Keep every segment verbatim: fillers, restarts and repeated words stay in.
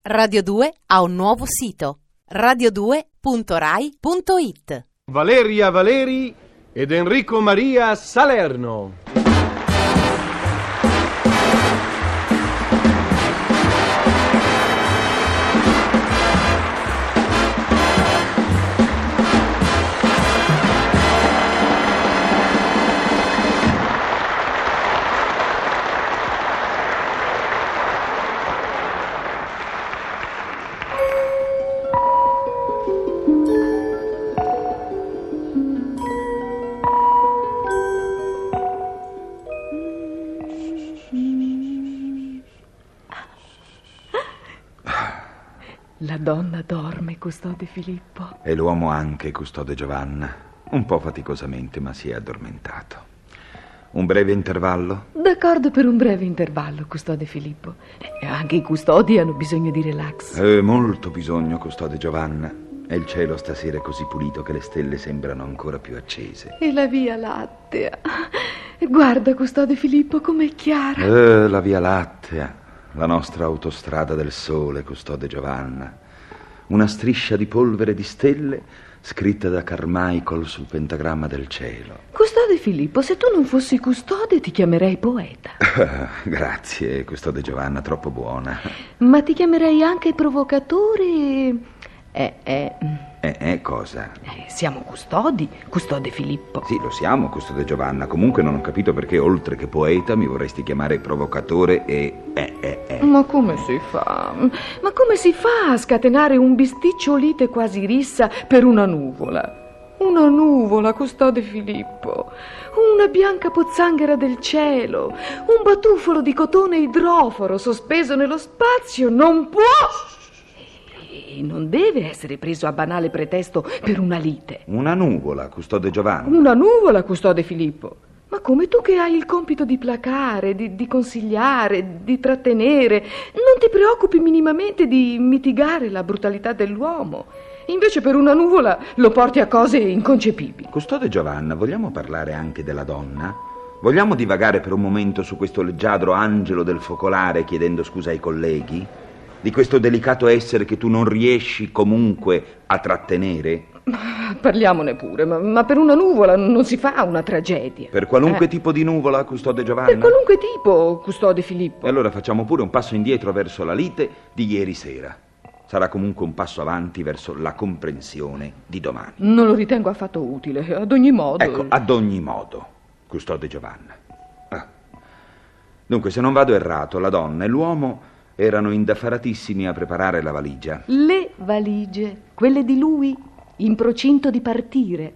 Radio due ha un nuovo sito, radio due punto rai punto it. Valeria Valeri ed Enrico Maria Salerno. La donna dorme, custode Filippo. E l'uomo anche, custode Giovanna. Un po' faticosamente, ma si è addormentato. Un breve intervallo? D'accordo per un breve intervallo, custode Filippo. E anche i custodi hanno bisogno di relax. Eh, molto bisogno, custode Giovanna. E il cielo stasera è così pulito che le stelle sembrano ancora più accese. E la Via Lattea. Guarda, custode Filippo, com'è chiara. Eh, la Via Lattea. La nostra autostrada del sole, custode Giovanna. Una striscia di polvere di stelle scritta da Carmichael sul pentagramma del cielo. Custode Filippo, se tu non fossi custode ti chiamerei poeta. Grazie, custode Giovanna, troppo buona. Ma ti chiamerei anche provocatore. Eh, eh. Eh, eh, cosa? Eh, siamo custodi, custode Filippo. Sì, lo siamo, custode Giovanna. Comunque non ho capito perché, oltre che poeta, mi vorresti chiamare provocatore e... Eh, eh, eh. Ma come si fa? Ma come si fa a scatenare un bisticciolite quasi rissa per una nuvola? Una nuvola, custode Filippo. Una bianca pozzanghera del cielo. Un batuffolo di cotone idroforo sospeso nello spazio non può... E non deve essere preso a banale pretesto per una lite. Una nuvola, custode Giovanna. Una nuvola, custode Filippo. Ma come tu che hai il compito di placare, di, di consigliare, di trattenere, non ti preoccupi minimamente di mitigare la brutalità dell'uomo. Invece per una nuvola lo porti a cose inconcepibili. Custode Giovanna, vogliamo parlare anche della donna? Vogliamo divagare per un momento su questo leggiadro angelo del focolare chiedendo scusa ai colleghi? Di questo delicato essere che tu non riesci comunque a trattenere? Parliamone pure, ma, ma per una nuvola non si fa una tragedia. Per qualunque eh. tipo di nuvola, custode Giovanna? Per qualunque tipo, custode Filippo. E allora facciamo pure un passo indietro verso la lite di ieri sera. Sarà comunque un passo avanti verso la comprensione di domani. Non lo ritengo affatto utile, ad ogni modo. Ecco, ad ogni modo, custode Giovanna. Ah. Dunque, se non vado errato, la donna e l'uomo erano indaffaratissimi a preparare la valigia. Le valigie, quelle di lui, in procinto di partire.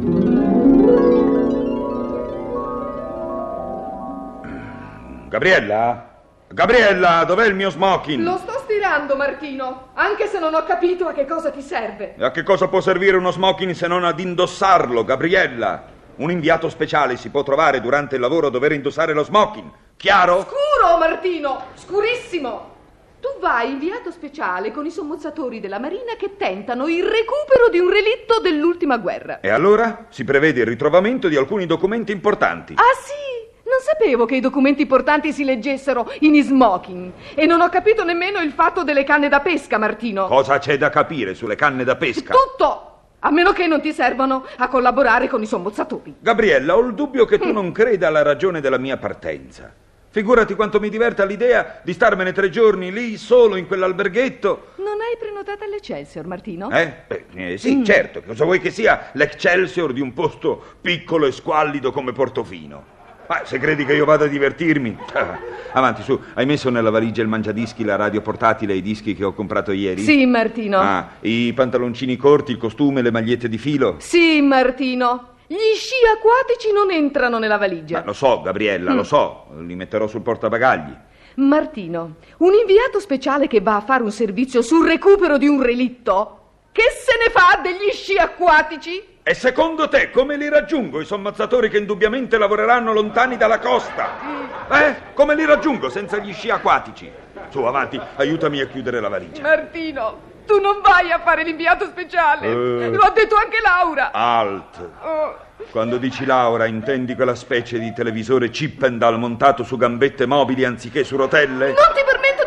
Gabriella? Gabriella, dov'è il mio smoking? Lo sto stirando, Martino, anche se non ho capito a che cosa ti serve. E a che cosa può servire uno smoking se non ad indossarlo, Gabriella? Un inviato speciale si può trovare durante il lavoro a dover indossare lo smoking. Chiaro? Scuro, Martino, scurissimo. Tu vai inviato speciale con i sommozzatori della Marina che tentano il recupero di un relitto dell'ultima guerra. E allora si prevede il ritrovamento di alcuni documenti importanti. Ah sì? Non sapevo che i documenti importanti si leggessero in smoking. E non ho capito nemmeno il fatto delle canne da pesca, Martino. Cosa c'è da capire sulle canne da pesca? Tutto! A meno che non ti servano a collaborare con i sommozzatori. Gabriella, ho il dubbio che tu non creda alla ragione della mia partenza. Figurati quanto mi diverta l'idea di starmene tre giorni lì, solo in quell'alberghetto. Non hai prenotata all'Excelsior, Martino? Eh? Beh, eh sì, mm. certo. Cosa vuoi che sia l'Excelsior di un posto piccolo e squallido come Portofino? Ma se credi che io vada a divertirmi... Ah, avanti, su. Hai messo nella valigia il mangiadischi, la radio portatile e i dischi che ho comprato ieri? Sì, Martino. Ah, i pantaloncini corti, il costume, le magliette di filo? Sì, Martino. Gli sci acquatici non entrano nella valigia. Ma lo so, Gabriella, mm. lo so. Li metterò sul portabagagli. Martino, un inviato speciale che va a fare un servizio sul recupero di un relitto? Che se ne fa degli sci acquatici? E secondo te come li raggiungo i sommozzatori che indubbiamente lavoreranno lontani dalla costa? Eh? Come li raggiungo senza gli sci acquatici? Su, avanti, aiutami a chiudere la valigia. Martino, tu non vai a fare l'inviato speciale. Uh, Lo ha detto anche Laura. Alt. Oh. Quando dici Laura, intendi quella specie di televisore Chippendale montato su gambette mobili anziché su rotelle? Non ti permetto di cominciare a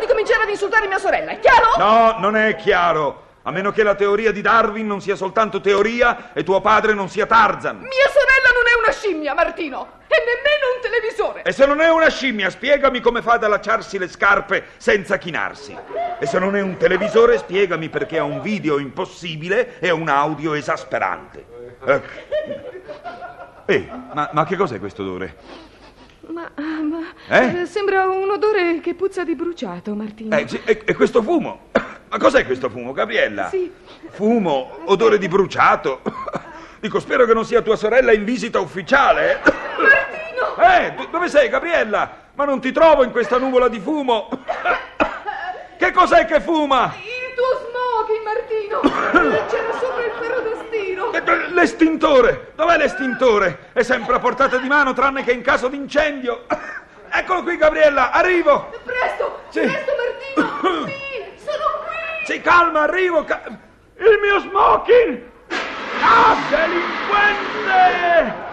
ad insultare mia sorella, è chiaro? No, non è chiaro. A meno che la teoria di Darwin non sia soltanto teoria e tuo padre non sia Tarzan. Mia sorella non è una scimmia, Martino, e nemmeno un televisore. E se non è una scimmia, spiegami come fa ad allacciarsi le scarpe senza chinarsi. E se non è un televisore, spiegami perché ha un video impossibile e un audio esasperante. Ecco. Ehi, ma, ma che cos'è questo odore? Ma, ma Eh? eh, sembra un odore che puzza di bruciato, Martino. Eh, sì, e, e questo fumo? Ma cos'è questo fumo, Gabriella? Sì. Fumo, odore di bruciato. Dico, spero che non sia tua sorella in visita ufficiale. Martino! Eh, do- dove sei, Gabriella? Ma non ti trovo in questa nuvola di fumo. Che cos'è che fuma? Il tuo smoking, Martino! C'era sopra il ferro da stiro. Eh, L'estintore! Dov'è l'estintore? È sempre a portata di mano, tranne che in caso di incendio. Eccolo qui, Gabriella, arrivo! Presto! Sì. Presto, Martino! Sì, sono qui! Sì, calma, arrivo! ca- Il mio smoking! Ah, delinquente!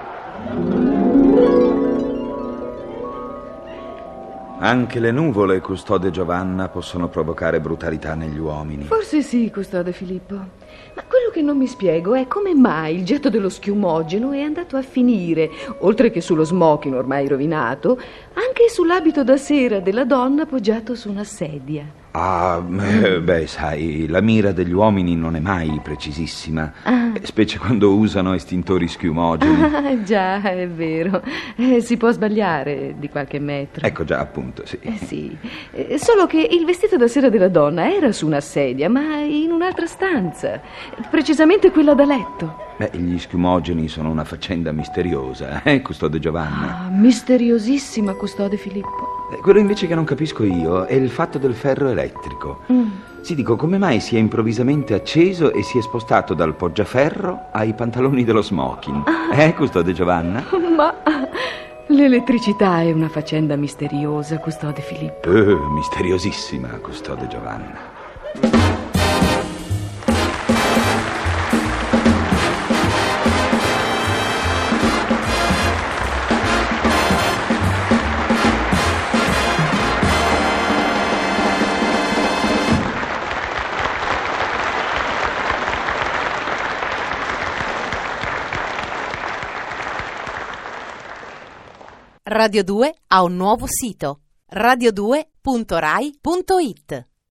Anche le nuvole, custode Giovanna, possono provocare brutalità negli uomini. Forse sì, custode Filippo. Ma quello che non mi spiego è come mai il getto dello schiumogeno è andato a finire, oltre che sullo smoking ormai rovinato, anche sull'abito da sera della donna appoggiato su una sedia. Ah, eh, beh, sai, la mira degli uomini non è mai precisissima, Ah. eh, specie quando usano estintori schiumogeni. Ah, già, è vero. Eh, si può sbagliare di qualche metro. Ecco già, appunto, sì. Eh, sì, Eh, solo che il vestito da sera della donna era su una sedia, ma in un'altra stanza, precisamente quella da letto. Beh, gli schiumogeni sono una faccenda misteriosa, eh, custode Giovanna. Ah, misteriosissima, custode Filippo. Eh, Quello invece che non capisco io è il fatto del ferro elettrico. Mm. Sì, dico, come mai si è improvvisamente acceso e si è spostato dal poggiaferro ai pantaloni dello smoking? Eh, custode Giovanna? Ma l'elettricità è una faccenda misteriosa, custode Filippo. Eh, misteriosissima, custode Giovanna. Radio due ha un nuovo sito: radio due punto rai punto it.